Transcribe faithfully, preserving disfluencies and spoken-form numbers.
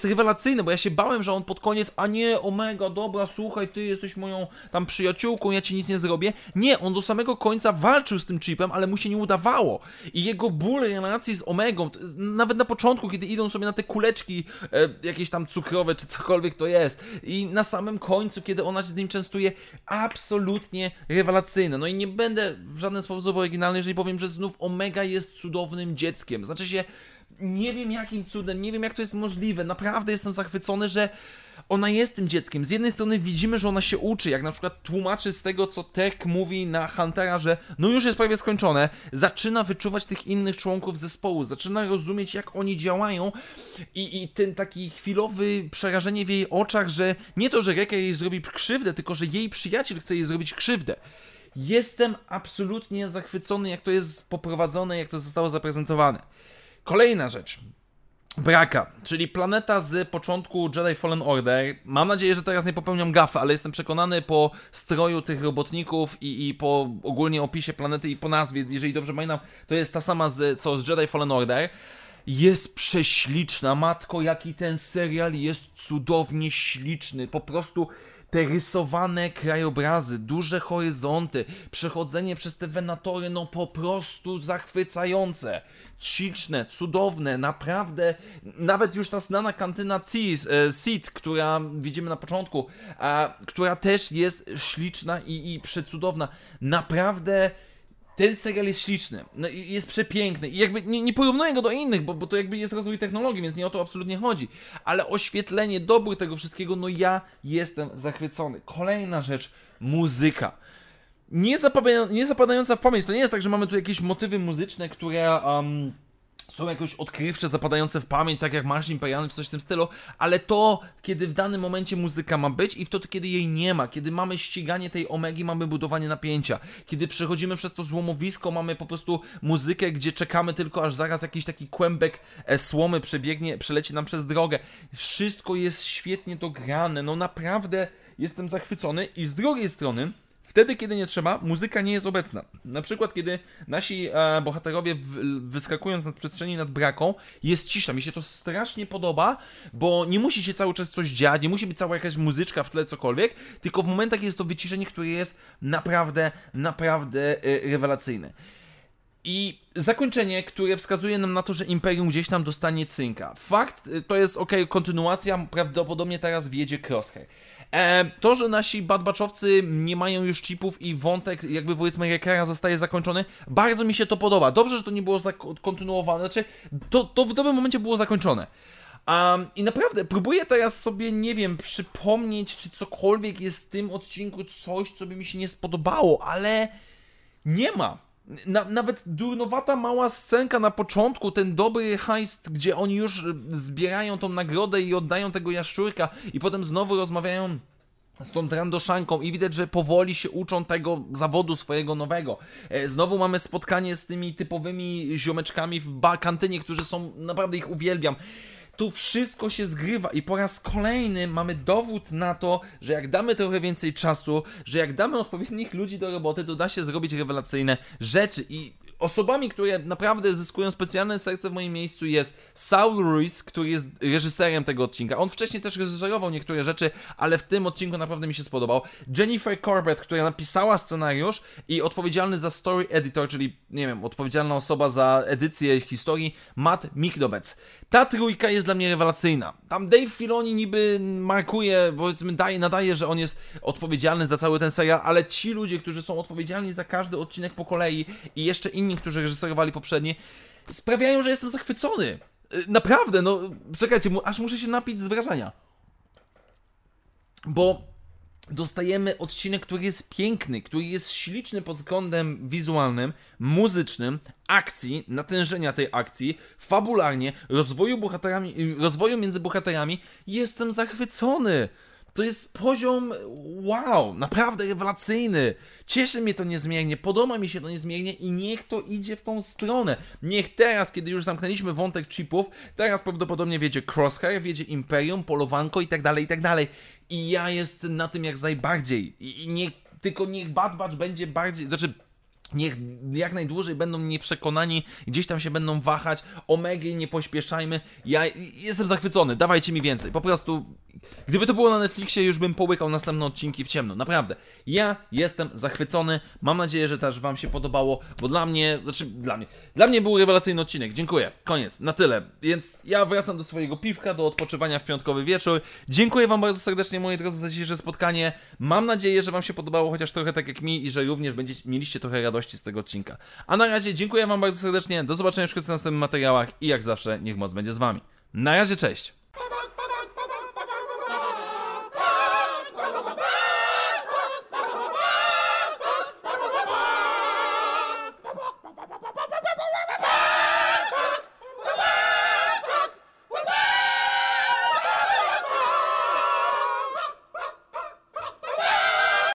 jest rewelacyjne, bo ja się bałem, że on pod koniec, a nie, Omega, dobra, słuchaj, ty jesteś moją tam przyjaciółką, ja ci nic nie zrobię. Nie, on do samego końca walczył z tym chipem, ale mu się nie udawało. I jego ból relacji z Omegą, nawet na początku, kiedy idą sobie na te kuleczki e, jakieś tam cukrowe, czy cokolwiek to jest, i na samym końcu, kiedy ona się z nim częstuje, absolutnie rewelacyjne. No i nie będę w żaden sposób oryginalny, jeżeli powiem, że znów Omega jest cudownym dzieckiem. Znaczy się, nie wiem jakim cudem, nie wiem jak to jest możliwe, naprawdę jestem zachwycony, że ona jest tym dzieckiem. Z jednej strony widzimy, że ona się uczy, jak na przykład tłumaczy z tego, co Tech mówi na Huntera, że no już jest prawie skończone, zaczyna wyczuwać tych innych członków zespołu, zaczyna rozumieć, jak oni działają i, i ten taki chwilowy przerażenie w jej oczach, że nie to, że Wrecker jej zrobi krzywdę, tylko że jej przyjaciel chce jej zrobić krzywdę. Jestem absolutnie zachwycony, jak to jest poprowadzone, jak to zostało zaprezentowane. Kolejna rzecz. Braka, czyli planeta z początku Jedi Fallen Order. Mam nadzieję, że teraz nie popełniam gafy, ale jestem przekonany po stroju tych robotników i, i po ogólnie opisie planety i po nazwie, jeżeli dobrze pamiętam, to jest ta sama z, co z Jedi Fallen Order. Jest prześliczna, matko, jaki ten serial jest cudownie śliczny, po prostu te rysowane krajobrazy, duże horyzonty, przechodzenie przez te wenatory, no po prostu zachwycające, śliczne, cudowne, naprawdę, nawet już ta znana kantyna Sith, która widzimy na początku, a, która też jest śliczna i, i przecudowna, naprawdę. Ten serial jest śliczny, no jest przepiękny i jakby nie, nie porównuję go do innych, bo, bo to jakby jest rozwój technologii, więc nie o to absolutnie chodzi. Ale oświetlenie, dobór tego wszystkiego, no ja jestem zachwycony. Kolejna rzecz, muzyka. Nie, zapada, nie zapadająca w pamięć, to nie jest tak, że mamy tu jakieś motywy muzyczne, które... Um, są jakoś odkrywcze, zapadające w pamięć, tak jak Marsz Imperialny czy coś w tym stylu, ale to, kiedy w danym momencie muzyka ma być i w to, kiedy jej nie ma, kiedy mamy ściganie tej Omegi, mamy budowanie napięcia, kiedy przechodzimy przez to złomowisko, mamy po prostu muzykę, gdzie czekamy tylko, aż zaraz jakiś taki kłębek e, słomy przebiegnie, przeleci nam przez drogę. Wszystko jest świetnie dograne, no naprawdę jestem zachwycony i z drugiej strony, wtedy, kiedy nie trzeba, muzyka nie jest obecna. Na przykład, kiedy nasi e, bohaterowie w, wyskakując nad przestrzeni nad braką, jest cisza. Mi się to strasznie podoba, bo nie musi się cały czas coś dziać, nie musi być cała jakaś muzyczka w tle, cokolwiek, tylko w momentach jest to wyciszenie, które jest naprawdę, naprawdę e, rewelacyjne. I zakończenie, które wskazuje nam na to, że Imperium gdzieś tam dostanie cynka. Fakt, to jest ok, kontynuacja, prawdopodobnie teraz wjedzie Crosshair. E, to, że nasi Bad Batchowcy nie mają już chipów i wątek, jakby powiedzmy Wreckera zostaje zakończony, bardzo mi się to podoba. Dobrze, że to nie było kontynuowane, znaczy to, to w dobrym momencie było zakończone. Um, I naprawdę próbuję teraz sobie, nie wiem, przypomnieć, czy cokolwiek jest w tym odcinku coś, co by mi się nie spodobało, ale nie ma. Na, nawet durnowata mała scenka na początku, ten dobry heist, gdzie oni już zbierają tą nagrodę i oddają tego jaszczurka i potem znowu rozmawiają z tą Trandoszanką i widać, że powoli się uczą tego zawodu swojego nowego. Znowu mamy spotkanie z tymi typowymi ziomeczkami w ba- kantynie, którzy są, naprawdę ich uwielbiam. Tu wszystko się zgrywa i po raz kolejny mamy dowód na to, że jak damy trochę więcej czasu, że jak damy odpowiednich ludzi do roboty, to da się zrobić rewelacyjne rzeczy i osobami, które naprawdę zyskują specjalne serce w moim miejscu jest Saul Ruiz, który jest reżyserem tego odcinka. On wcześniej też reżyserował niektóre rzeczy, ale w tym odcinku naprawdę mi się spodobał. Jennifer Corbett, która napisała scenariusz i odpowiedzialny za story editor, czyli nie wiem, odpowiedzialna osoba za edycję historii, Matt Mikdobec. Ta trójka jest dla mnie rewelacyjna. Tam Dave Filoni niby markuje, powiedzmy, daje, nadaje, że on jest odpowiedzialny za cały ten serial, ale ci ludzie, którzy są odpowiedzialni za każdy odcinek po kolei i jeszcze inni, którzy reżyserowali poprzedni, sprawiają, że jestem zachwycony. Naprawdę, no, czekajcie, aż muszę się napić z wrażenia. Bo dostajemy odcinek, który jest piękny, który jest śliczny pod względem wizualnym, muzycznym, akcji, natężenia tej akcji, fabularnie, rozwoju bohaterami, rozwoju między bohaterami. Jestem zachwycony. To jest poziom wow, naprawdę rewelacyjny. Cieszy mnie to niezmiernie, podoba mi się to niezmiernie i niech to idzie w tą stronę. Niech teraz, kiedy już zamknęliśmy wątek chipów, teraz prawdopodobnie wiedzie Crosshair, wiedzie Imperium, polowanko i tak dalej, i tak dalej. I ja jestem na tym jak najbardziej. I, i niech, tylko niech Bad Batch będzie bardziej, znaczy Niech jak najdłużej będą nieprzekonani, gdzieś tam się będą wahać. Omegi, nie pośpieszajmy. Ja jestem zachwycony, dawajcie mi więcej. Po prostu, gdyby to było na Netflixie, już bym połykał następne odcinki w ciemno. Naprawdę. Ja jestem zachwycony. Mam nadzieję, że też wam się podobało, bo dla mnie, znaczy dla mnie, dla mnie był rewelacyjny odcinek. Dziękuję. Koniec. Na tyle. Więc ja wracam do swojego piwka, do odpoczywania w piątkowy wieczór. Dziękuję wam bardzo serdecznie, moi drodzy, za dzisiejsze spotkanie. Mam nadzieję, że wam się podobało chociaż trochę tak jak mi i że również będziecie, mieliście trochę radości z tego odcinka. A na razie dziękuję wam bardzo serdecznie, do zobaczenia w następnych materiałach i jak zawsze niech moc będzie z wami. Na razie, cześć!